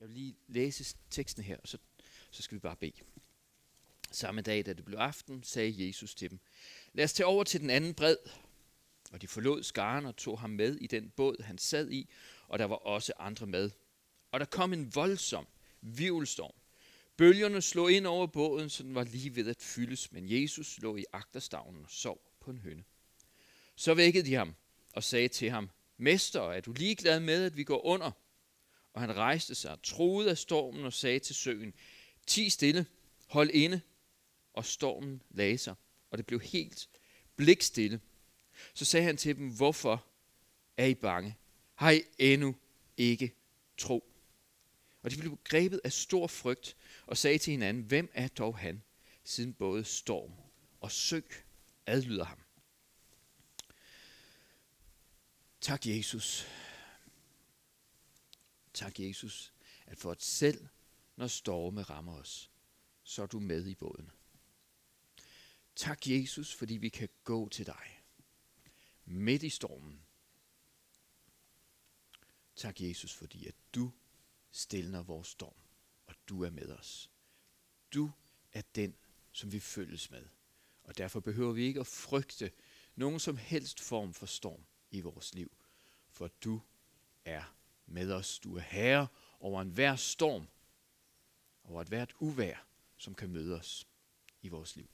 Jeg vil lige læse teksten her, og så skal vi bare bede. Samme dag, da det blev aften, sagde Jesus til dem: lad os tage over til den anden bred. Og de forlod skaren og tog ham med i den båd, han sad i, og der var også andre med. Og der kom en voldsom hvirvelstorm. Bølgerne slog ind over båden, så den var lige ved at fyldes, men Jesus lå i agterstavnen og sov på en høne. Så vækkede de ham og sagde til ham: Mester, er du ligeglad med, at vi går under? Og han rejste sig, truede af stormen og sagde til søen: Ti stille, hold inde. Og stormen lagde sig, og det blev helt blikstille. Så sagde han til dem: Hvorfor er I bange? Har I endnu ikke tro? Og de blev grebet af stor frygt og sagde til hinanden: Hvem er dog han, siden både storm og sø adlyder ham? Tak, Jesus. Tak, Jesus, at for at selv når storme rammer os, så er du med i båden. Tak, Jesus, fordi vi kan gå til dig midt i stormen. Tak, Jesus, fordi at du stilner vores storm, og du er med os. Du er den, som vi følges med, og derfor behøver vi ikke at frygte nogen som helst form for storm i vores liv, for du er med os. Du er herre over enhver storm, over et hvert uvejr, som kan møde os i vores liv.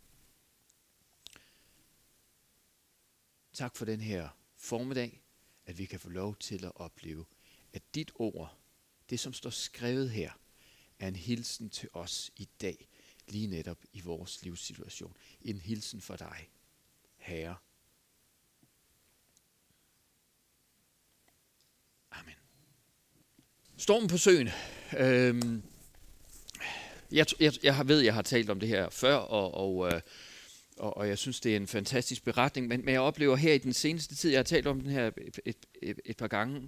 Tak for den her formiddag, at vi kan få lov til at opleve, at dit ord, det som står skrevet her, er en hilsen til os i dag, lige netop i vores livssituation. En hilsen for dig, Herre. Amen. Stormen på søen. Jeg ved, jeg har talt om det her før, og jeg synes, det er en fantastisk beretning, men jeg oplever her i den seneste tid, jeg har talt om den her et par gange,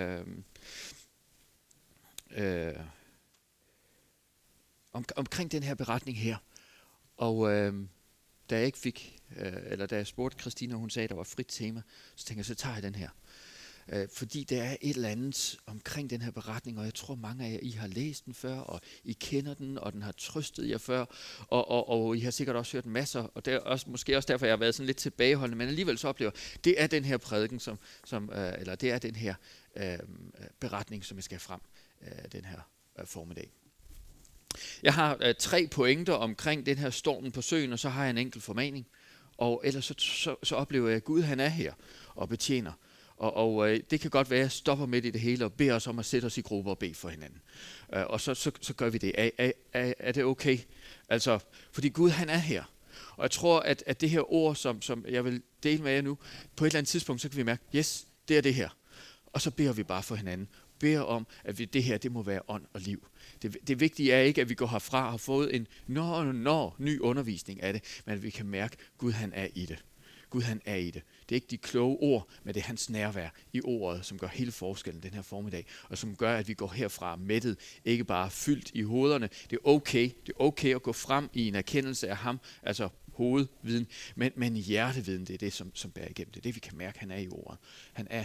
omkring den her beretning her. Og da jeg ikke fik, eller da jeg spurgte Christina, hun sagde, at der var frit tema, så tænkte jeg, så tager jeg den her. Fordi der er et eller andet omkring den her beretning, og jeg tror mange af jer, I har læst den før, og I kender den, og den har trøstet jer før, og I har sikkert også hørt masser, og det er også, måske også derfor, jeg har været sådan lidt tilbageholdende, men alligevel så oplever, det er den her prædiken, eller det er den her beretning, som jeg skal frem den her formiddag. Jeg har 3 pointer omkring den her stormen på søen, og så har jeg en enkelt formaning, og ellers så oplever jeg, at Gud han er her og betjener. Og det kan godt være, at jeg stopper midt i det hele og beder os om at sætte os i grupper og bede for hinanden. Og så gør vi det. Er det okay? Altså, fordi Gud han er her. Og jeg tror, at det her ord, som jeg vil dele med jer nu, på et eller andet tidspunkt, så kan vi mærke, yes, det er det her. Og så beder vi bare for hinanden. Beder om, at det her, det må være ånd og liv. Det vigtige er ikke, at vi går herfra og har fået en ny undervisning af det, men at vi kan mærke, at Gud han er i det. Gud han er i det. Det er ikke de kloge ord, men det er hans nærvær i ordet, som gør hele forskellen den her formiddag, og som gør, at vi går herfra mættet, ikke bare fyldt i hovederne. Det er okay at gå frem i en erkendelse af ham, altså hovedviden, men hjerteviden, det er det, som bærer igennem. Det er det, vi kan mærke, han er i ordet. Han er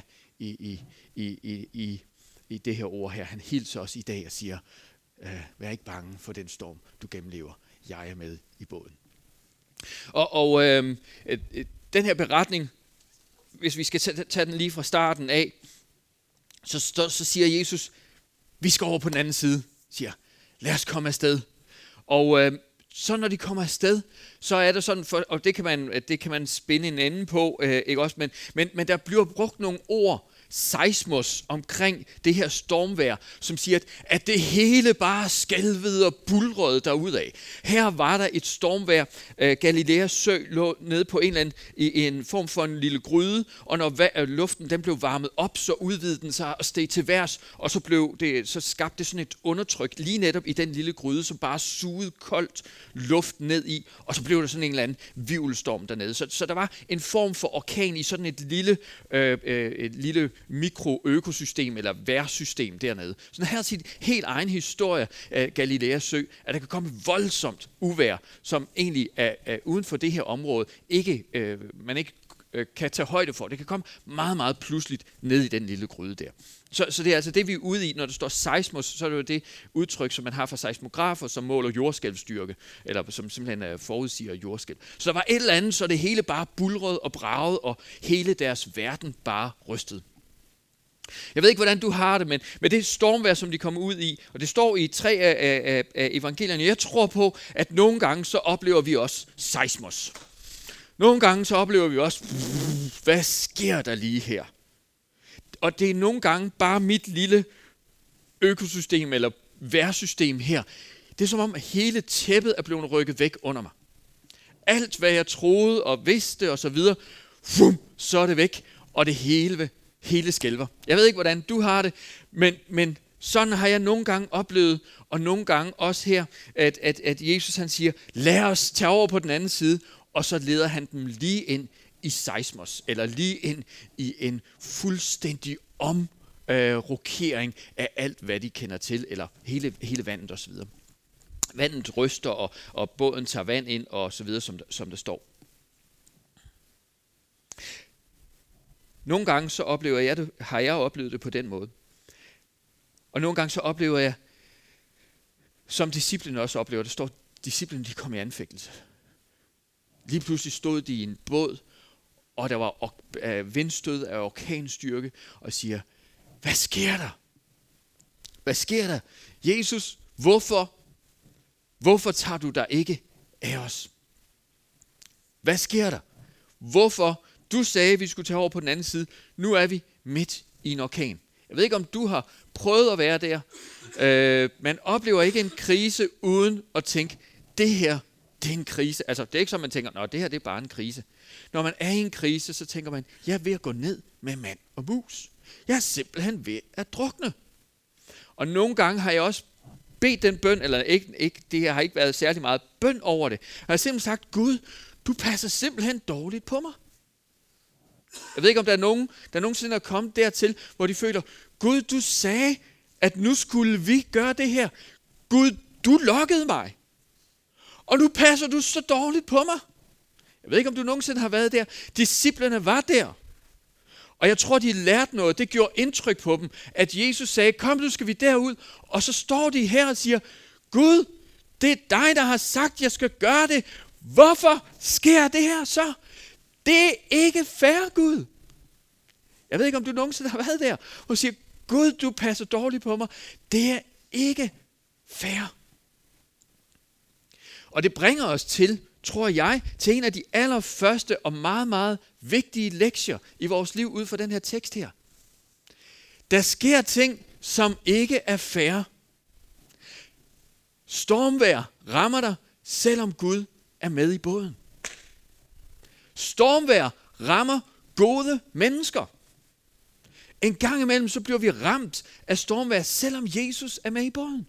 i det her ord her. Han hilser os i dag og siger, vær ikke bange for den storm, du gennemlever. Jeg er med i båden. Og den her beretning, hvis vi skal tage den lige fra starten af, så siger Jesus, vi skal over på den anden side, siger, lad os komme afsted. Og så når de kommer afsted, så er der sådan, og det kan man spænde en ende på, ikke også, men der bliver brugt nogle ord, seismos, omkring det her stormvejr, som siger, at det hele bare skælvede og bulrede derudad. Her var der et stormvejr. Galileas sø lå nede på i en form for en lille gryde, og når luften den blev varmet op, så udvidede den sig og steg til værs, og så skabte det sådan et undertryk lige netop i den lille gryde, som bare sugede koldt luft ned i, og så blev der sådan en eller anden hvirvelstorm dernede. Så der var en form for orkan i sådan et lille mikroøkosystem eller vejrsystem dernede. Så den her er sin helt egen historie af Galileas sø, at der kan komme voldsomt uvejr, som egentlig er uden for det her område, man ikke kan tage højde for. Det kan komme meget, meget pludseligt ned i den lille gryde der. Så det er altså det, vi er ude i, når der står seismos, så er det jo det udtryk, som man har fra seismografer, som måler jordskælvstyrke, eller som simpelthen forudsiger jordskælv. Så der var et eller andet, så det hele bare bulrede og bragede, og hele deres verden bare rystede. Jeg ved ikke, hvordan du har det, men med det stormvejr, som de kommer ud i, og det står i 3 af evangelierne, jeg tror på, at nogle gange så oplever vi også seismos. Nogle gange så oplever vi også, hvad sker der lige her? Og det er nogle gange bare mit lille økosystem eller vejrsystem her. Det er som om, at hele tæppet er blevet rykket væk under mig. Alt, hvad jeg troede og vidste og så videre, så er det væk, og det hele skælver. Jeg ved ikke, hvordan du har det, men sådan har jeg nogle gange oplevet, og nogle gange også her, at Jesus han siger, lad os tage over på den anden side, og så leder han dem lige ind i seismos, eller lige ind i en fuldstændig omrokering af alt, hvad de kender til, eller hele vandet osv. Vandet ryster, og båden tager vand ind, og så videre, som der står. Nogle gange så oplever jeg det, har jeg oplevet det på den måde. Og nogle gange så oplever jeg, som disciplene også oplever, der står, disciplene de kom i anfægtelse. Lige pludselig stod de i en båd, og der var vindstød af orkanstyrke, og siger, hvad sker der? Hvad sker der? Jesus, hvorfor tager du dig ikke af os? Hvad sker der? Hvorfor? Du sagde, at vi skulle tage over på den anden side. Nu er vi midt i en orkan. Jeg ved ikke, om du har prøvet at være der. Man oplever ikke en krise uden at tænke, det her, det er en krise. Altså, det er ikke som, man tænker, nå, det her, det er bare en krise. Når man er i en krise, så tænker man, jeg er ved at gå ned med mand og mus. Jeg er simpelthen ved at drukne. Og nogle gange har jeg også bedt den bøn, eller ikke, det har ikke været særlig meget bøn over det. Jeg har simpelthen sagt, Gud, du passer simpelthen dårligt på mig. Jeg ved ikke, om der er nogen, der nogensinde er kommet dertil, hvor de føler, Gud, du sagde, at nu skulle vi gøre det her. Gud, du lokkede mig. Og nu passer du så dårligt på mig. Jeg ved ikke, om du nogensinde har været der. Disciplerne var der. Og jeg tror, de lærte noget. Det gjorde indtryk på dem, at Jesus sagde, kom, nu skal vi derud. Og så står de her og siger, Gud, det er dig, der har sagt, jeg skal gøre det. Hvorfor sker det her så? Det er ikke fair, Gud. Jeg ved ikke, om du nogensinde har været der og siger, Gud, du passer dårligt på mig. Det er ikke fair. Og det bringer os til, tror jeg, til en af de allerførste og meget, meget vigtige lektier i vores liv ud fra den her tekst her. Der sker ting, som ikke er fair. Stormvejr rammer dig, selvom Gud er med i båden. Stormvejr rammer gode mennesker. En gang imellem så bliver vi ramt af stormvejr, selvom Jesus er med i båden.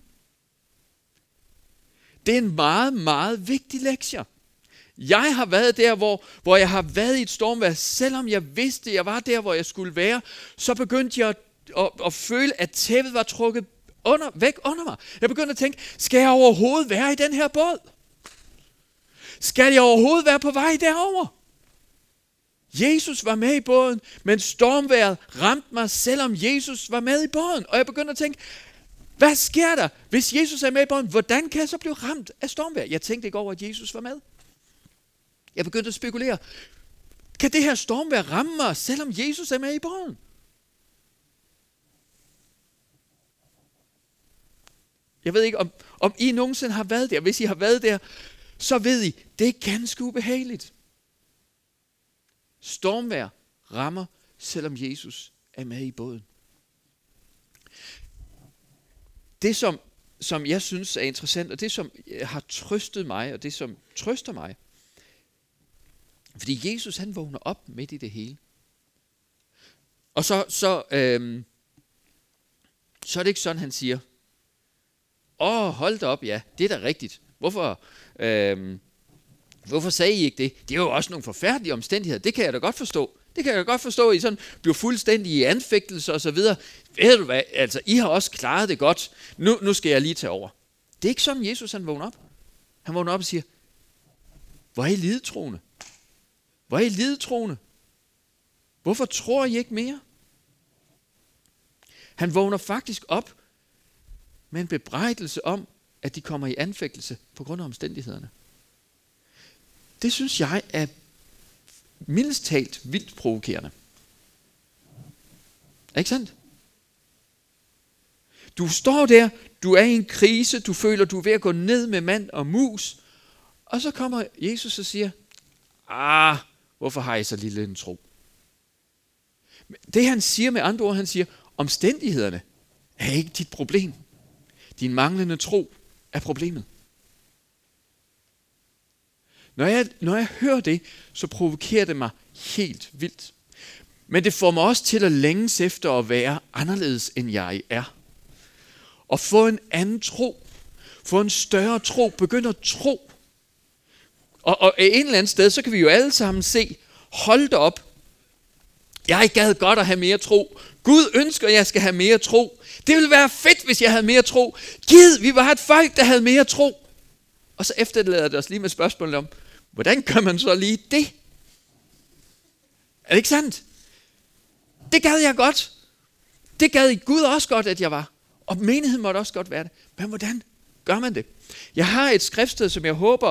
Det er en meget, meget vigtig lektie. Jeg har været der, hvor jeg har været i et stormvejr, selvom jeg vidste, jeg var der, hvor jeg skulle være, så begyndte jeg at føle, at tæppet var trukket væk under mig. Jeg begyndte at tænke, skal jeg overhovedet være i den her båd? Skal jeg overhovedet være på vej derover? Jesus var med i båden, men stormvejret ramte mig, selvom Jesus var med i båden. Og jeg begyndte at tænke, hvad sker der, hvis Jesus er med i båden? Hvordan kan jeg så blive ramt af stormvejr? Jeg tænkte ikke over, at Jesus var med. Jeg begyndte at spekulere. Kan det her stormvejr ramme mig, selvom Jesus er med i båden? Jeg ved ikke, om I nogensinde har været der. Hvis I har været der, så ved I, det er ganske ubehageligt. Stormvejr rammer, selvom Jesus er med i båden. Det, som jeg synes er interessant, og det, som har trøstet mig, og det, som trøster mig, fordi Jesus, han vågner op midt i det hele. Og så er det ikke sådan, han siger, hold da op, ja, det er da rigtigt. Hvorfor sagde I ikke det? Det er jo også nogle forfærdelige omstændigheder. Det kan jeg da godt forstå. Det kan jeg da godt forstå, at I sådan bliver fuldstændig i anfægtelse og så videre. Ved du hvad, altså I har også klaret det godt. Nu skal jeg lige tage over. Det er ikke sådan, Jesus han vågner op. Han vågner op og siger, hvor er I lidetroende? Hvor er I lidetroende? Hvorfor tror I ikke mere? Han vågner faktisk op med en bebrejdelse om, at de kommer i anfægtelse på grund af omstændighederne. Det synes jeg er mildest talt vildt provokerende. Ikke sandt? Du står der, du er i en krise, du føler, du er ved at gå ned med mand og mus, og så kommer Jesus og siger, hvorfor har I så lille en tro? Det han siger med andre ord, han siger, omstændighederne er ikke dit problem. Din manglende tro er problemet. Når jeg hører det, så provokerer det mig helt vildt. Men det får mig også til at længes efter at være anderledes, end jeg er. Og få en anden tro. Få en større tro. Begynde at tro. Og et eller andet sted, så kan vi jo alle sammen se, hold da op. Jeg gad godt at have mere tro. Gud ønsker, at jeg skal have mere tro. Det ville være fedt, hvis jeg havde mere tro. Gid, vi var et folk, der havde mere tro. Og så efterlader det os lige med spørgsmålet om, hvordan gør man så lige det? Er det ikke sandt? Det gad jeg godt. Det gad Gud også godt, at jeg var. Og menigheden måtte også godt være det. Men hvordan gør man det? Jeg har et skriftsted, som jeg håber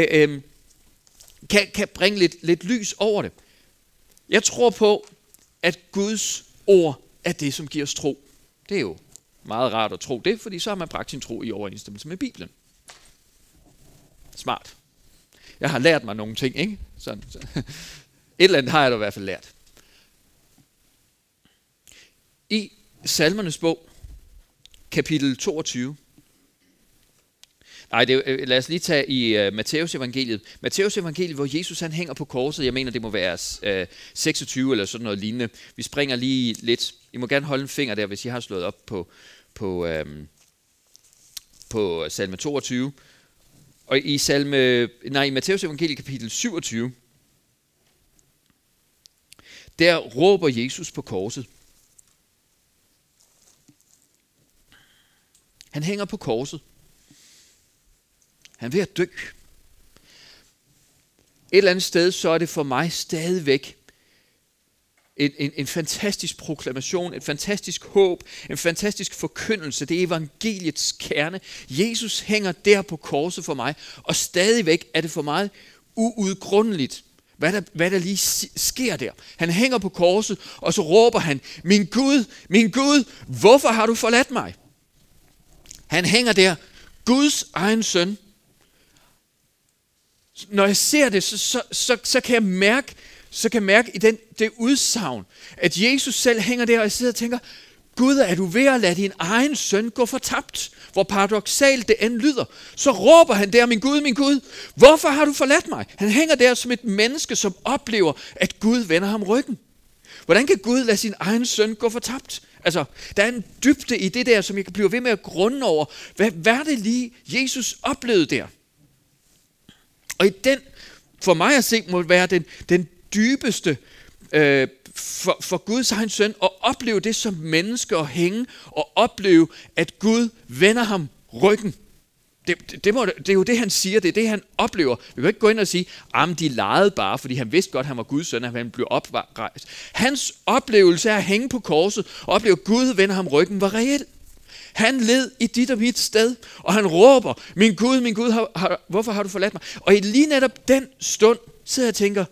kan bringe lidt lys over det. Jeg tror på, at Guds ord er det, som giver os tro. Det er jo meget rart at tro det, fordi så har man bragt sin tro i overensstemmelse med Bibelen. Smart. Jeg har lært mig nogle ting, ikke? Sådan. Et eller andet har jeg da i hvert fald lært. I Salmernes bog, kapitel 22. Lad os lige tage i Matteus evangeliet. Matteus evangeliet, hvor Jesus han hænger på korset. Jeg mener, det må være 26 eller sådan noget lignende. Vi springer lige lidt. I må gerne holde en finger der, hvis I har slået op på salme 22. Og i Matteus evangeliet kapitel 27, der råber Jesus på korset. Han hænger på korset. Han er ved at dø. Et eller andet sted, så er det for mig stadigvæk en fantastisk proklamation, et fantastisk håb, en fantastisk forkyndelse. Det er evangeliets kerne. Jesus hænger der på korset for mig, og stadigvæk er det for mig uudgrundeligt, hvad der lige sker der. Han hænger på korset, og så råber han, min Gud, hvorfor har du forladt mig? Han hænger der, Guds egen søn. Når jeg ser det, så kan jeg mærke i det udsagn, at Jesus selv hænger der, og jeg sidder og tænker, Gud, er du ved at lade din egen søn gå fortabt? Hvor paradoksalt det end lyder. Så råber han der, min Gud, hvorfor har du forladt mig? Han hænger der som et menneske, som oplever, at Gud vender ham ryggen. Hvordan kan Gud lade sin egen søn gå fortabt? Altså, der er en dybde i det der, som jeg kan blive ved med at grunde over. Hvad er det lige, Jesus oplevede der? Og i den, for mig at se, må være den dybeste for Guds egen søn, at opleve det som menneske og hænge, og opleve, at Gud vender ham ryggen. Det er jo det, han siger, det er det, han oplever. Vi kan ikke gå ind og sige, de legede bare, fordi han vidste godt, at han var Guds søn, at han blev oprejst. Hans oplevelse af at hænge på korset, og opleve, at Gud vender ham ryggen, var reel. Han led i dit og mit sted, og han råber, min Gud, hvorfor har du forladt mig? Og i lige netop den stund, sidder jeg og tænker,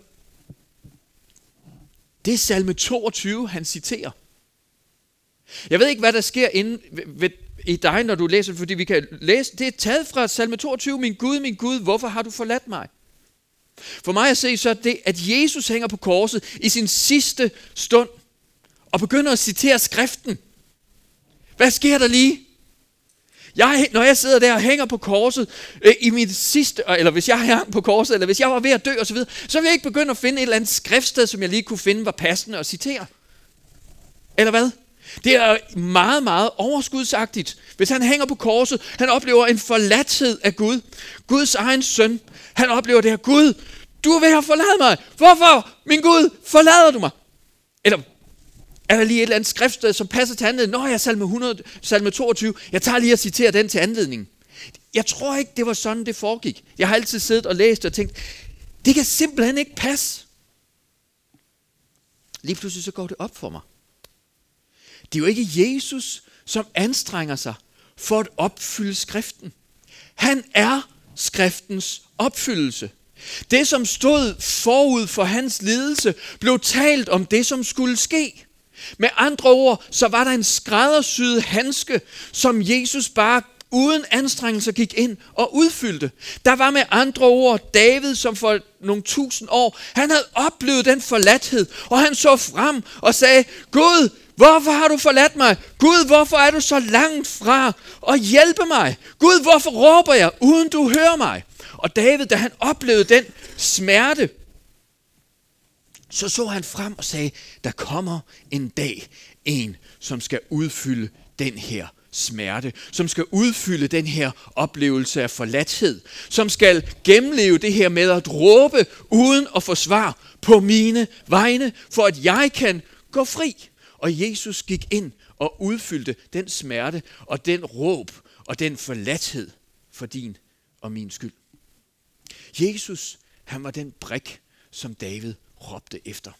det er salme 22, han citerer. Jeg ved ikke, hvad der sker i dig, når du læser, fordi vi kan læse, det er taget fra salme 22, min Gud, hvorfor har du forladt mig? For mig at se, så er det, at Jesus hænger på korset i sin sidste stund, og begynder at citere skriften. Hvad sker der lige? Når jeg sidder der og hænger på korset, i mit sidste, eller hvis jeg hang på korset, eller hvis jeg var ved at dø osv., så vil jeg ikke begynde at finde et eller andet skriftsted, som jeg lige kunne finde var passende at citere. Eller hvad? Det er meget, meget overskudsagtigt. Hvis han hænger på korset, han oplever en forladthed af Gud. Guds egen søn. Han oplever det her, Gud, du er ved at forlade mig. Hvorfor, min Gud, forlader du mig? Eller er der lige et eller andet skriftsted, som passer til anledningen? Nå, jeg er salme 22. Jeg tager lige og citerer den til anledningen. Jeg tror ikke, det var sådan, det foregik. Jeg har altid siddet og læst og tænkt, det kan simpelthen ikke passe. Lige pludselig så går det op for mig. Det er jo ikke Jesus, som anstrenger sig for at opfylde skriften. Han er skriftens opfyldelse. Det, som stod forud for hans lidelse, blev talt om det, som skulle ske. Med andre ord, så var der en skræddersyet handske, som Jesus bare uden anstrengelser gik ind og udfyldte. Der var med andre ord David, som for nogle 1000 år, han havde oplevet den forladthed, og han så frem og sagde, Gud, hvorfor har du forladt mig? Gud, hvorfor er du så langt fra at hjælpe mig? Gud, hvorfor råber jeg, uden du hører mig? Og David, da han oplevede den smerte, så han frem og sagde, der kommer en dag, en, som skal udfylde den her smerte, som skal udfylde den her oplevelse af forladthed, som skal gennemleve det her med at råbe uden at få svar på mine vegne, for at jeg kan gå fri. Og Jesus gik ind og udfyldte den smerte og den råb og den forladthed for din og min skyld. Jesus, han var den brik, som David råbte efter.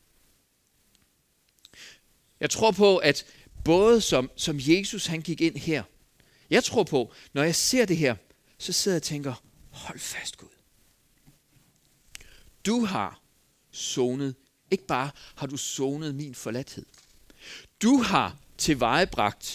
Jeg tror på, at både som Jesus han gik ind her, jeg tror på, når jeg ser det her, så sidder jeg og tænker, hold fast Gud. Du har sonet, ikke bare har du sonet min forladthed. Du har tilvejebragt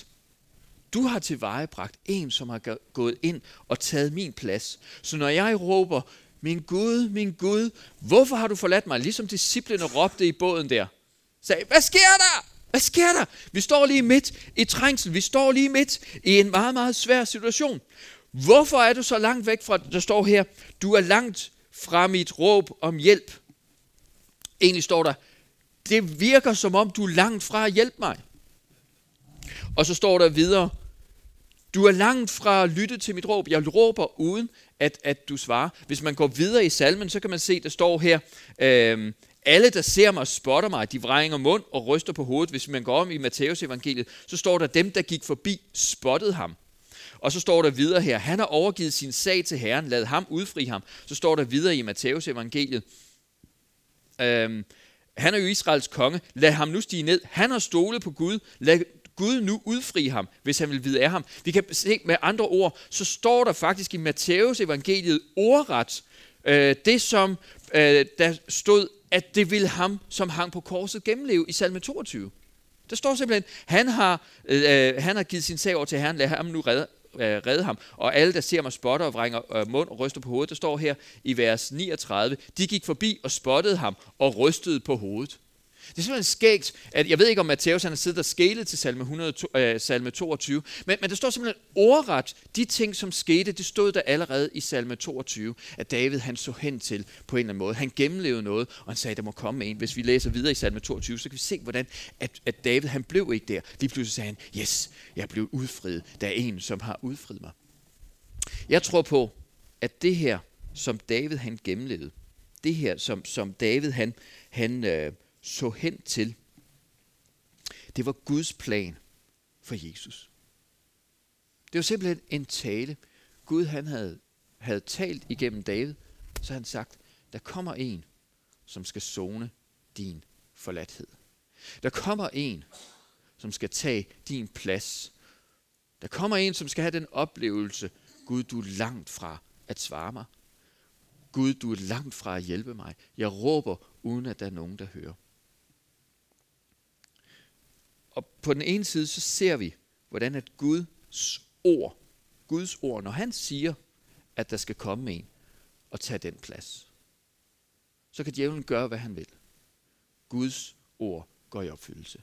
en, som har gået ind og taget min plads. Så når jeg råber, min Gud, hvorfor har du forladt mig? Ligesom disciplene råbte i båden der. Sagde, hvad sker der? Hvad sker der? Vi står lige midt i trængsel. Vi står lige midt i en meget, meget svær situation. Hvorfor er du så langt væk fra, der står her, du er langt fra mit råb om hjælp. Egentlig står der, det virker som om du er langt fra at hjælpe mig. Og så står der videre, du er langt fra at lytte til mit råb. Jeg råber uden, at du svarer. Hvis man går videre i salmen, så kan man se, der står her, alle, der ser mig og spotter mig, de vrænger mund og ryster på hovedet. Hvis man går om i Matteus evangeliet, så står der, dem, der gik forbi, spottede ham. Og så står der videre her, han har overgivet sin sag til Herren, lad ham udfri ham. Så står der videre i Matteus evangeliet, han er jo Israels konge, lad ham nu stige ned. Han har stolet på Gud, lad Gud nu udfri ham, hvis han vil vide af ham. Vi kan se med andre ord, så står der faktisk i Matteus evangeliet ordret, det som der stod, at det ville ham, som hang på korset, gennemleve i salme 22. Der står simpelthen, han har givet sin sag over til Herren, lad ham nu redde ham. Og alle, der ser mig, spotter og vrænger mund og ryster på hovedet, der står her i vers 39, de gik forbi og spottede ham og rystede på hovedet. Det er simpelthen skægt, at jeg ved ikke, om Matteus han har siddet og skælet til salme 22, men der står simpelthen ordret, de ting, som skete, det stod der allerede i salme 22, at David han så hen til på en eller anden måde. Han gennemlevede noget, og han sagde, der må komme en. Hvis vi læser videre i salme 22, så kan vi se, hvordan at David han blev ikke der. Lige pludselig sagde han, yes, jeg blev udfriet. Der er en, som har udfriet mig. Jeg tror på, at det her, som David han gennemlevede, det her, som David han så hen til, det var Guds plan for Jesus. Det var simpelthen en tale. Gud han havde talt igennem David, så han sagt, der kommer en, som skal sone din forladthed. Der kommer en, som skal tage din plads. Der kommer en, som skal have den oplevelse, Gud, du er langt fra at svare mig. Gud, du er langt fra at hjælpe mig. Jeg råber, uden at der er nogen, der hører. Og på den ene side, så ser vi, hvordan at Guds ord, når han siger, at der skal komme en og tage den plads, så kan djævlen gøre, hvad han vil. Guds ord går i opfyldelse.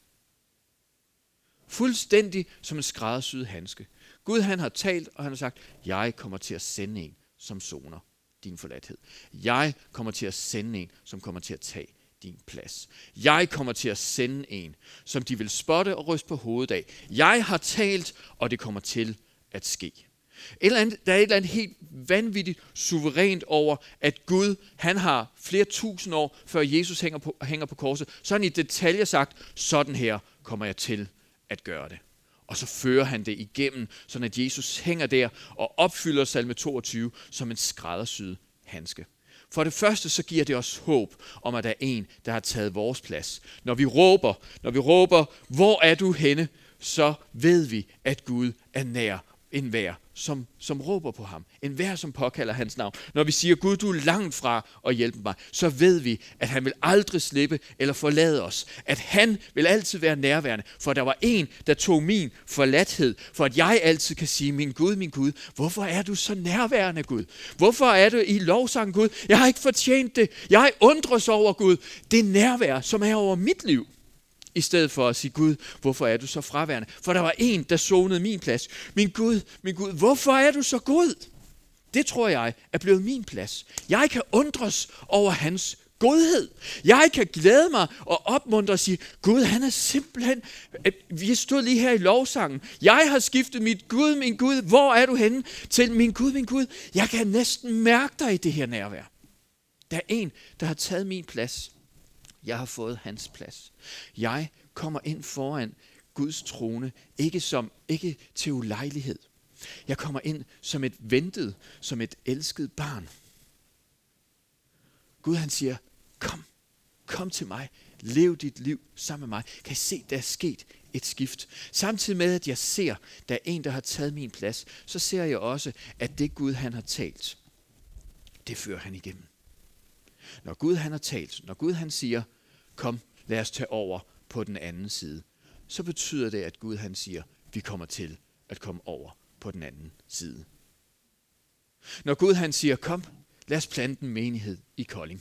Fuldstændig som en skræddersyet handske. Gud han har talt, og han har sagt, jeg kommer til at sende en, som soner din forladthed. Jeg kommer til at sende en, som kommer til at tage din plads. Jeg kommer til at sende en, som de vil spotte og ryste på hovedet af. Jeg har talt, og det kommer til at ske. Der er et eller andet helt vanvittigt suverænt over, at Gud, han har flere tusind år, før Jesus hænger på korset, så har han i detaljer sagt, sådan her kommer jeg til at gøre det. Og så fører han det igennem, så at Jesus hænger der og opfylder salme 22 som en skræddersyet handske. For det første så giver det os håb om, at der er en, der har taget vores plads. Når vi råber, hvor er du henne, så ved vi, at Gud er nær enhver, som råber på ham. Enhver, som påkalder hans navn. Når vi siger, Gud, du er langt fra at hjælpe mig, så ved vi, at han vil aldrig slippe eller forlade os. At han vil altid være nærværende. For der var en, der tog min forladthed, for at jeg altid kan sige, min Gud, hvorfor er du så nærværende, Gud? Hvorfor er du i lovsang, Gud? Jeg har ikke fortjent det. Jeg undres over, Gud. Det nærvær, som er over mit liv. I stedet for at sige, Gud, hvorfor er du så fraværende? For der var en, der sonede min plads. Min Gud, hvorfor er du så god? Det tror jeg er blevet min plads. Jeg kan undres over hans godhed. Jeg kan glæde mig og opmuntre og sige, Gud, han er simpelthen... Vi stod lige her i lovsangen. Jeg har skiftet min Gud, hvor er du henne? Til min Gud. Jeg kan næsten mærke dig i det her nærvær. Der er en, der har taget min plads. Jeg har fået hans plads. Jeg kommer ind foran Guds trone, ikke til ulejlighed. Jeg kommer ind som et ventet, som et elsket barn. Gud han siger, kom til mig, lev dit liv sammen med mig. Kan I se, der er sket et skift. Samtidig med, at jeg ser, der er en, der har taget min plads, så ser jeg også, at det Gud han har talt, det fører han igennem. Når Gud han har talt, når Gud han siger, kom, lad os tage over på den anden side, så betyder det, at Gud han siger, vi kommer til at komme over på den anden side. Når Gud han siger, kom, lad os plante en menighed i Kolding.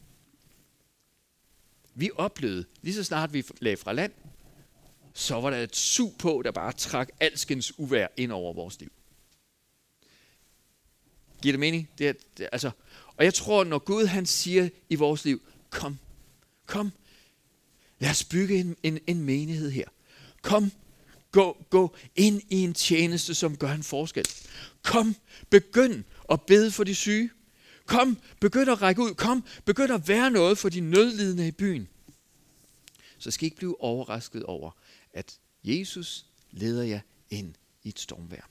Vi oplevede, lige så snart vi lagde fra land, så var der et sug på, der bare trak alskens uvejr ind over vores liv. Giver det mening? Og jeg tror, når Gud han siger i vores liv, kom, lad os bygge en menighed her. Kom, gå ind i en tjeneste, som gør en forskel. Kom, begynd at bede for de syge. Kom, begynd at række ud. Kom, begynd at være noget for de nødlidende i byen. Så skal I ikke blive overrasket over, at Jesus leder jer ind i et stormvejr.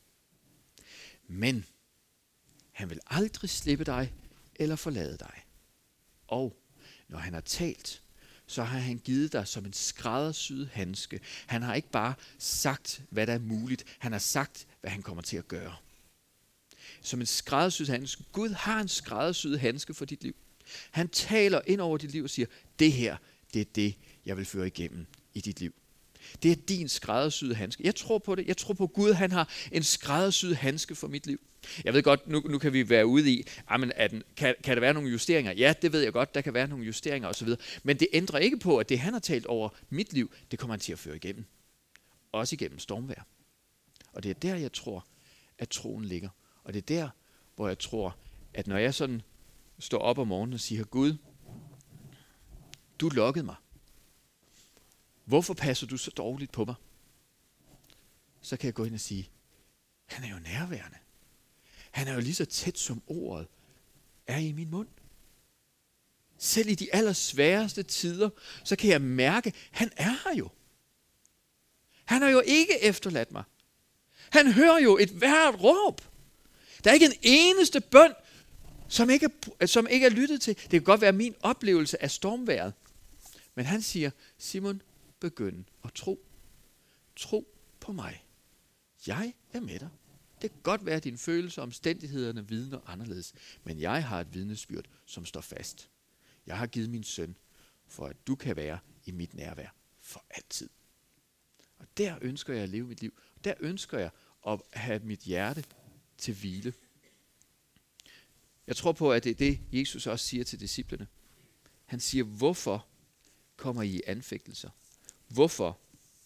Men han vil aldrig slippe dig eller forlade dig. Og når han har talt, så har han givet dig som en skræddersyet handske. Han har ikke bare sagt, hvad der er muligt. Han har sagt, hvad han kommer til at gøre. Som en skræddersyet handske. Gud har en skræddersyet handske for dit liv. Han taler ind over dit liv og siger, det her, det er det, jeg vil føre igennem i dit liv. Det er din skræddersyede handske. Jeg tror på det. Jeg tror på Gud, han har en skræddersyet handske for mit liv. Jeg ved godt, nu kan vi være ude i, kan der være nogle justeringer? Ja, det ved jeg godt, der kan være nogle justeringer osv. Men det ændrer ikke på, at det han har talt over mit liv, det kommer han til at føre igennem. Også igennem stormvejr. Og det er der, jeg tror, at troen ligger. Og det er der, hvor jeg tror, at når jeg sådan står op om morgenen og siger, Gud, du lukkede mig. Hvorfor passer du så dårligt på mig? Så kan jeg gå ind og sige, han er jo nærværende. Han er jo lige så tæt som ordet er i min mund. Selv i de allersværeste tider, så kan jeg mærke, han er her jo. Han har jo ikke efterladt mig. Han hører jo et hvert råb. Der er ikke en eneste bøn, som ikke er lyttet til. Det kan godt være min oplevelse af stormvejret. Men han siger, Simon, begynd at tro. Tro på mig. Jeg er med dig. Det kan godt være, at dine følelser og omstændighederne vidner anderledes, men jeg har et vidnesbyrd, som står fast. Jeg har givet min søn, for at du kan være i mit nærvær for altid. Og der ønsker jeg at leve mit liv. Der ønsker jeg at have mit hjerte til hvile. Jeg tror på, at det er det, Jesus også siger til disciplene. Han siger, hvorfor kommer I anfægtelser? Hvorfor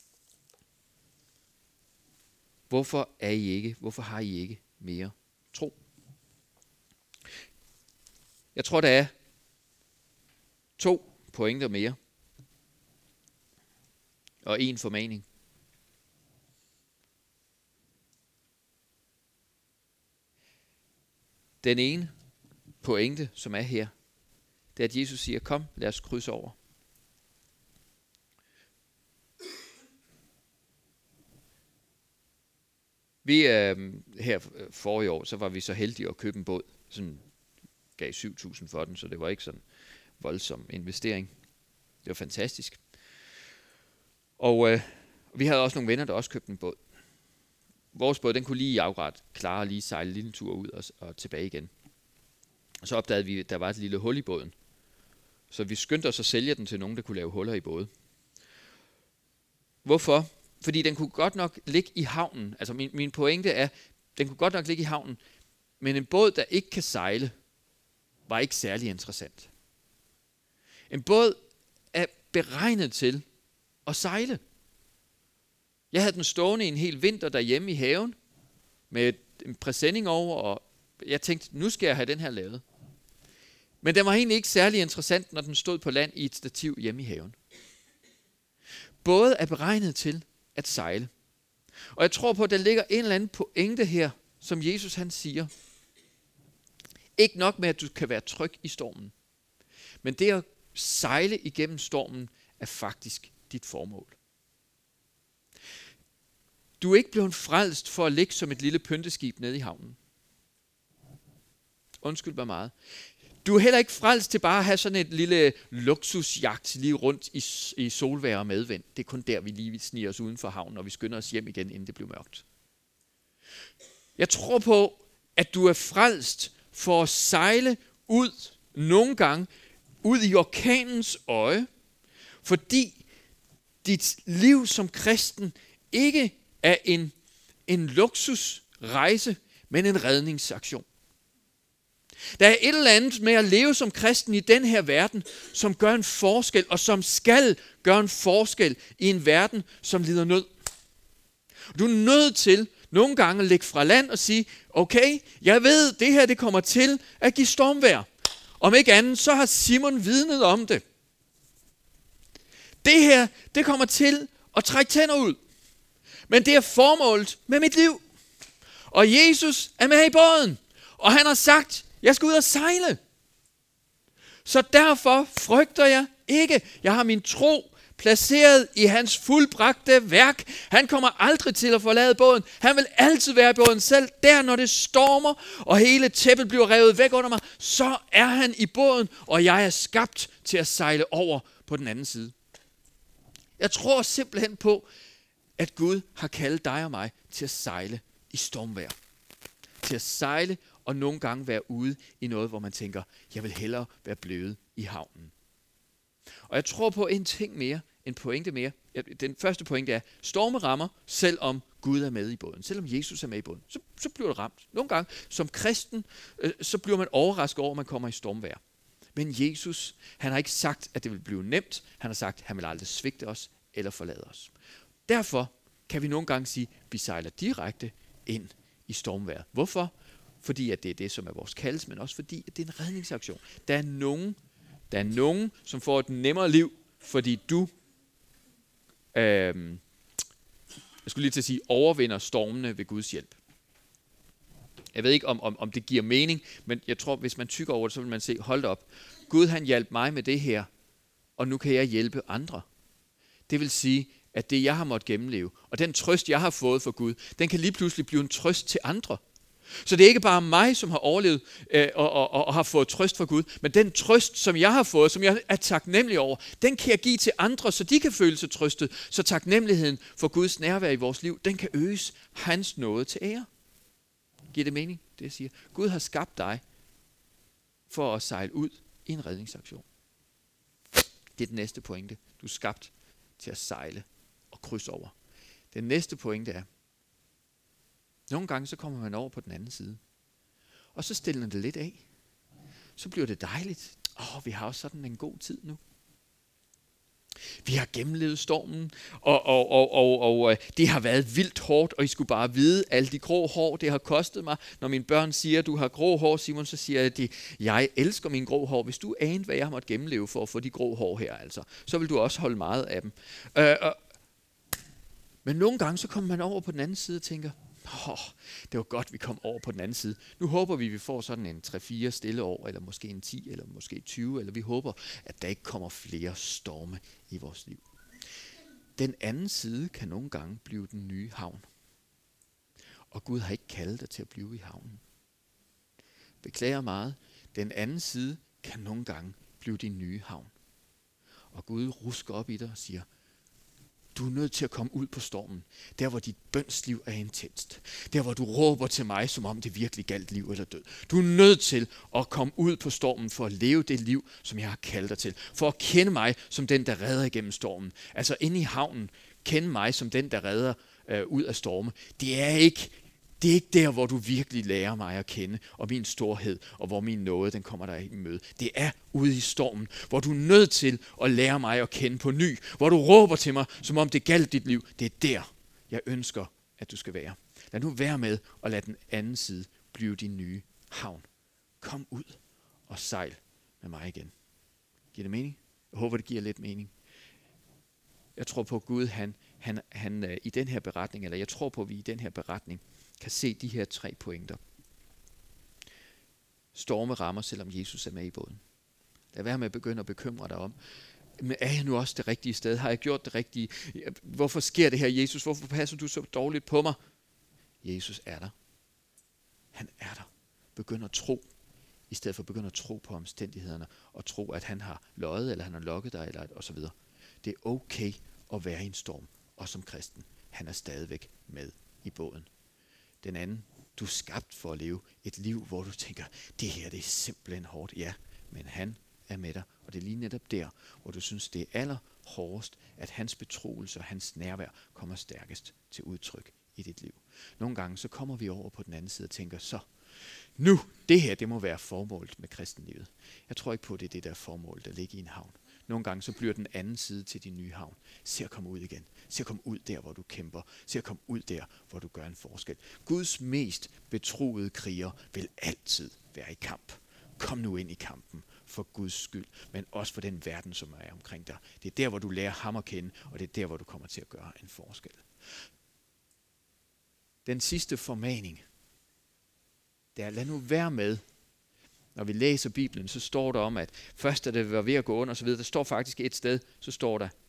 har I ikke mere tro? Jeg tror, der er 2 pointer mere. Og 1 formaning. Den ene pointe, som er her, det er, at Jesus siger, kom, lad os krydse over. Vi her forrige år, så var vi så heldige at købe en båd. Sådan gav 7.000 for den, så det var ikke sådan en voldsom investering. Det var fantastisk. Og vi havde også nogle venner, der også købte en båd. Vores båd, den kunne lige klare at lige sejle en lille tur ud og tilbage igen. Og så opdagede vi, at der var et lille hul i båden. Så vi skyndte os at sælge den til nogen, der kunne lave huller i både. Hvorfor? Fordi den kunne godt nok ligge i havnen. Altså min pointe er, den kunne godt nok ligge i havnen, men en båd, der ikke kan sejle, var ikke særlig interessant. En båd er beregnet til at sejle. Jeg havde den stående en hel vinter derhjemme i haven, med en præsending over, og jeg tænkte, nu skal jeg have den her lavet. Men den var egentlig ikke særlig interessant, når den stod på land i et stativ hjemme i haven. Både er beregnet til at sejle. Og jeg tror på, at der ligger en eller anden pointe her, som Jesus han siger. Ikke nok med, at du kan være tryg i stormen. Men det at sejle igennem stormen er faktisk dit formål. Du er ikke blevet frelst for at ligge som et lille pynteskib nede i havnen. Undskyld mig meget. Du er heller ikke frelst til bare at have sådan et lille luksusjagt lige rundt i solvejr og medvind. Det er kun der, vi lige sniger os uden for havnen, og vi skynder os hjem igen, inden det bliver mørkt. Jeg tror på, at du er frelst for at sejle ud nogle gange, ud i orkanens øje, fordi dit liv som kristen ikke er en luksusrejse, men en redningsaktion. Der er et eller andet med at leve som kristen i den her verden, som gør en forskel, og som skal gøre en forskel i en verden, som lider nød. Du er nødt til nogle gange at lægge fra land og sige, okay, jeg ved, det her det kommer til at give stormvejr. Om ikke andet, så har Simon vidnet om det. Det her, det kommer til at trække tænder ud. Men det er formålet med mit liv. Og Jesus er med i båden, og han har sagt, jeg skal ud og sejle. Så derfor frygter jeg ikke. Jeg har min tro placeret i hans fuldbragte værk. Han kommer aldrig til at forlade båden. Han vil altid være i båden selv. Der når det stormer, og hele tæppet bliver revet væk under mig, så er han i båden, og jeg er skabt til at sejle over på den anden side. Jeg tror simpelthen på, at Gud har kaldet dig og mig til at sejle i stormvejr. Til at sejle og nogle gange være ude i noget, hvor man tænker, jeg vil hellere være blevet i havnen. Og jeg tror på en ting mere, en pointe mere. Den første pointe er, storme rammer, selvom Gud er med i båden. Selvom Jesus er med i båden, så bliver det ramt. Nogle gange, som kristen, så bliver man overrasket over, at man kommer i stormvejr. Men Jesus, han har ikke sagt, at det vil blive nemt. Han har sagt, at han vil aldrig svigte os eller forlade os. Derfor kan vi nogle gange sige, at vi sejler direkte ind i stormvejret. Hvorfor? Fordi at det er det, som er vores kaldelse, men også fordi, at det er en redningsaktion. Der er nogen, som får et nemmere liv, fordi du, jeg skulle lige til at sige, overvinder stormene ved Guds hjælp. Jeg ved ikke, om det giver mening, men jeg tror, hvis man tykker over det, så vil man se, hold op, Gud han hjalp mig med det her, og nu kan jeg hjælpe andre. Det vil sige, at det jeg har måttet gennemleve, og den trøst jeg har fået fra Gud, den kan lige pludselig blive en trøst til andre. Så det er ikke bare mig, som har overlevet og har fået trøst fra Gud, men den trøst, som jeg har fået, som jeg er taknemmelig over, den kan jeg give til andre, så de kan føle sig trøstet. Så taknemmeligheden for Guds nærvær i vores liv, den kan øges hans nåde til ære. Giver det mening, det jeg siger? Gud har skabt dig for at sejle ud i en redningsaktion. Det er den næste pointe. Du er skabt til at sejle og krydse over. Den næste pointe er, nogle gange så kommer man over på den anden side. Og så stiller det lidt af. Så bliver det dejligt. Vi har også sådan en god tid nu. Vi har gennemlevet stormen, og det har været vildt hårdt, og I skulle bare vide, alle de grå hår, det har kostet mig. Når mine børn siger, du har grå hår, Simon, så siger jeg elsker mine grå hår. Hvis du anede, hvad jeg har måttet gennemleve for at få de grå hår her, altså, så vil du også holde meget af dem. Men nogle gange, så kommer man over på den anden side og tænker, det var godt, vi kom over på den anden side. Nu håber vi får sådan en 3-4 stille år, eller måske en 10, eller måske 20, eller vi håber, at der ikke kommer flere storme i vores liv. Den anden side kan nogle gange blive den nye havn. Og Gud har ikke kaldet dig til at blive i havnen. beklager meget. Den anden side kan nogle gange blive din nye havn. Og Gud rusker op i dig og siger, du er nødt til at komme ud på stormen. Der hvor dit bønsliv er intenst. Der hvor du råber til mig, som om det virkelig galt liv eller død. Du er nødt til at komme ud på stormen for at leve det liv, som jeg har kaldt dig til. For at kende mig som den, der redder igennem stormen. Altså inde i havnen, kende mig som den, der redder ud af storme. Det er ikke der, hvor du virkelig lærer mig at kende, og min storhed, og hvor min nåde, den kommer dig i møde. Det er ude i stormen, hvor du er nødt til at lære mig at kende på ny. Hvor du råber til mig, som om det galt dit liv. Det er der, jeg ønsker, at du skal være. Lad nu være med at lade den anden side blive din nye havn. Kom ud og sejl med mig igen. Giver det mening? Jeg håber, det giver lidt mening. Jeg tror på, at Gud, han i den her beretning, eller jeg tror på, at vi i den her beretning, kan se de her 3 pointer. Storme rammer, selvom Jesus er med i båden. Lad være med at begynde at bekymre dig om, men er jeg nu også det rigtige sted? Har jeg gjort det rigtige? Hvorfor sker det her, Jesus? Hvorfor passer du så dårligt på mig? Jesus er der. Han er der. Begynd at tro, i stedet for at begynde at tro på omstændighederne, og tro, at han har løjet, eller han har lokket dig, eller og så videre. Det er okay at være i en storm, og som kristen. Han er stadigvæk med i båden. Den anden, du er skabt for at leve et liv, hvor du tænker, det her det er simpelthen hårdt. Ja, men han er med dig, og det er lige netop der, hvor du synes, det er allerhårdest, at hans betroelse og hans nærvær kommer stærkest til udtryk i dit liv. Nogle gange så kommer vi over på den anden side og tænker, så nu, det her, det må være formålet med kristenlivet. Jeg tror ikke på, det er det der formål, der ligger i en havn. Nogle gange så bliver den anden side til din nye havn. Se at komme ud igen. Se at komme ud der, hvor du kæmper. Se at komme ud der, hvor du gør en forskel. Guds mest betroede kriger vil altid være i kamp. Kom nu ind i kampen for Guds skyld, men også for den verden, som er omkring dig. Det er der, hvor du lærer ham at kende, og det er der, hvor du kommer til at gøre en forskel. Den sidste formaning, det er, lad nu være med. Når vi læser Bibelen, så står der om, at først da det var ved at gå under, og så videre, der står faktisk et sted, så står der,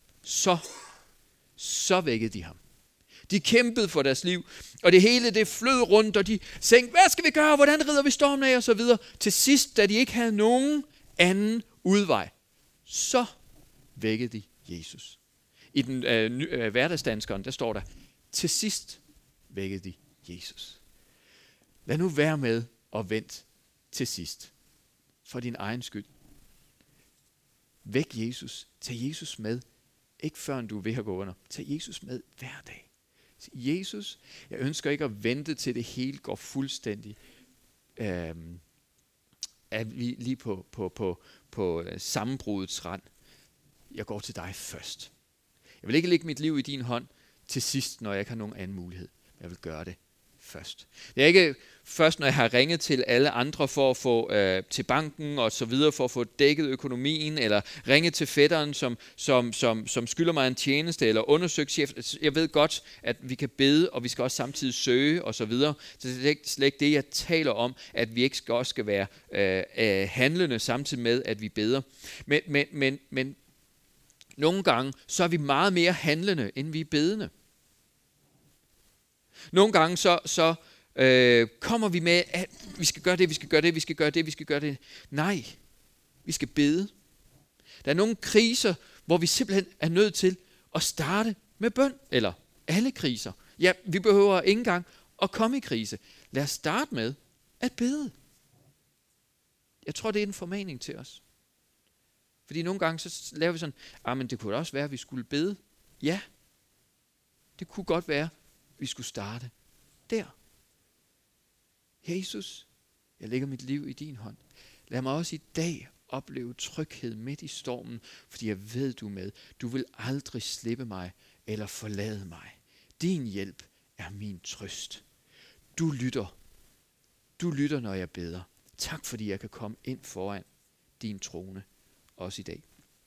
så vækkede de ham. De kæmpede for deres liv, og det hele det flød rundt, og de tænkte, hvad skal vi gøre, hvordan rider vi stormen af, og så videre. Til sidst, da de ikke havde nogen anden udvej, så vækkede de Jesus. I den hverdagsdanskeren, der står der, til sidst vækkede de Jesus. Lad nu være med at vente til sidst. For din egen skyld. Væk Jesus. Tag Jesus med. Ikke før du er ved at gå under. Tag Jesus med hver dag. Jesus, jeg ønsker ikke at vente til det hele går fuldstændig. Er vi lige på sammenbrudets rand. Jeg går til dig først. Jeg vil ikke lægge mit liv i din hånd til sidst, når jeg ikke har nogen anden mulighed. Men jeg vil gøre det først. Det er ikke først, når jeg har ringet til alle andre for at få til banken og så videre, for at få dækket økonomien, eller ringet til fætteren, som skylder mig en tjeneste, eller undersøgt chef. Jeg ved godt, at vi kan bede, og vi skal også samtidig søge og så videre. Så det er slet ikke det, jeg taler om, at vi ikke også skal være handlende samtidig med, at vi beder. Men nogle gange, så er vi meget mere handlende, end vi er bedende. Nogle gange så kommer vi med, at vi skal gøre det, vi skal gøre det, vi skal gøre det, vi skal gøre det. Nej, vi skal bede. Der er nogle kriser, hvor vi simpelthen er nødt til at starte med bøn. Eller alle kriser. Ja, vi behøver ikke engang at komme i krise. Lad os starte med at bede. Jeg tror, det er en formaning til os. Fordi nogle gange så laver vi sådan, men det kunne også være, at vi skulle bede. Ja, det kunne godt være, vi skulle starte der. Jesus, jeg lægger mit liv i din hånd. Lad mig også i dag opleve tryghed midt i stormen, fordi jeg ved, du er med. Du vil aldrig slippe mig eller forlade mig. Din hjælp er min trøst. Du lytter, når jeg beder. Tak, fordi jeg kan komme ind foran din trone, også i dag.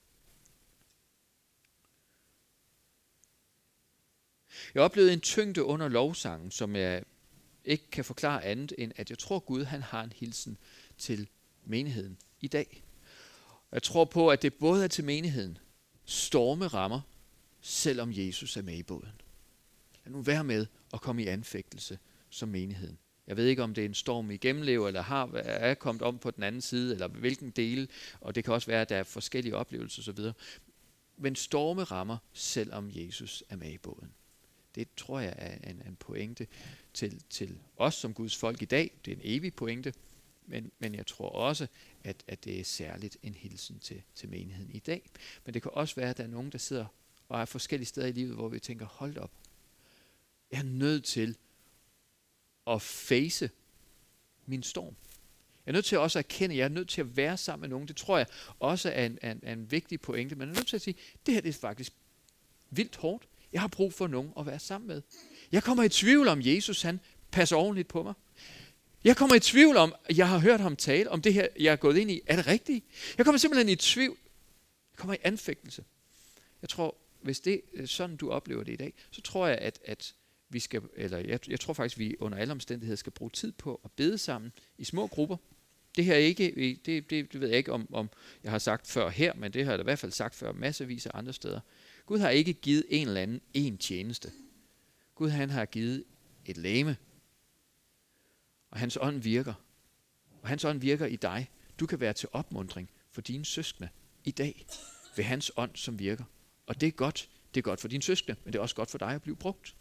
Jeg oplevede en tyngde under lovsangen, som jeg ikke kan forklare andet, end at jeg tror, Gud han har en hilsen til menigheden i dag. Jeg tror på, at det både er til menigheden. Storme rammer, selvom Jesus er med i båden. Lad nu være med at komme i anfægtelse som menigheden Jeg ved ikke, om det er en storm i gennemlever, eller er kommet om på den anden side, eller hvilken dele, og det kan også være, at der er forskellige oplevelser osv. Men storme rammer, selvom Jesus er med i båden. Det tror jeg er en pointe til os som Guds folk i dag. Det er en evig pointe, men jeg tror også, at det er særligt en hilsen til menigheden i dag. Men det kan også være, at der er nogen, der sidder og er forskellige steder i livet, hvor vi tænker, hold op. Jeg er nødt til at face min storm. Jeg er nødt til også at erkende, at jeg er nødt til at være sammen med nogen. Det tror jeg også er en vigtig pointe. Men jeg er nødt til at sige, det her det er faktisk vildt hårdt. Jeg har brug for nogen at være sammen med. Jeg kommer i tvivl om Jesus, han passer ordentligt på mig. Jeg kommer i tvivl om, jeg har hørt ham tale, om det her, jeg er gået ind i, er det rigtigt? Jeg kommer simpelthen i tvivl. Jeg kommer i anfægtelse. Jeg tror, hvis det er sådan, du oplever det i dag, så tror jeg, at vi skal, eller jeg tror faktisk, vi under alle omstændigheder skal bruge tid på at bede sammen i små grupper. Det her ikke, det ved jeg ikke, om jeg har sagt før her, men det har jeg i hvert fald sagt før massevis af andre steder. Gud har ikke givet en eller anden en tjeneste. Gud han har givet et legeme. Og hans ånd virker. Og hans ånd virker i dig. Du kan være til opmuntring for dine søskende i dag. Ved hans ånd, som virker. Og det er godt. Det er godt for dine søskende, men det er også godt for dig at blive brugt.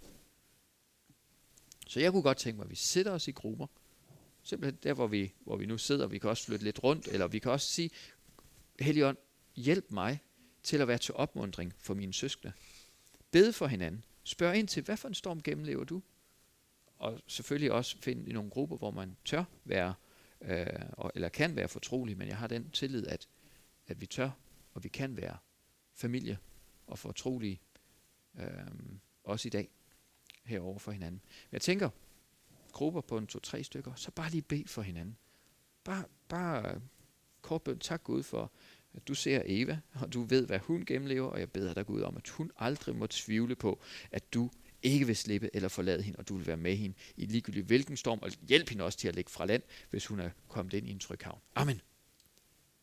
Så jeg kunne godt tænke mig, at vi sætter os i grupper. Simpelthen der, hvor vi nu sidder. Vi kan også flytte lidt rundt, eller vi kan også sige, Helligånd, hjælp mig til at være til opmuntring for mine søskende. Bed for hinanden. Spørg ind til, hvad for en storm gennemlever du? Og selvfølgelig også finde nogle grupper, hvor man tør være, eller kan være fortrolig, men jeg har den tillid, at vi tør, og vi kan være familie og fortrolige, også i dag, herover for hinanden. Men jeg tænker, grupper på 2-3 stykker, så bare lige bed for hinanden. Bare kort bøn, tak Gud for, at du ser Eva, og du ved, hvad hun gennemlever, og jeg beder dig Gud om, at hun aldrig må tvivle på, at du ikke vil slippe eller forlade hende, og du vil være med hende i ligegyldigt hvilken storm, og hjælp hende også til at lægge fra land, hvis hun er kommet ind i en tryg havn. Amen.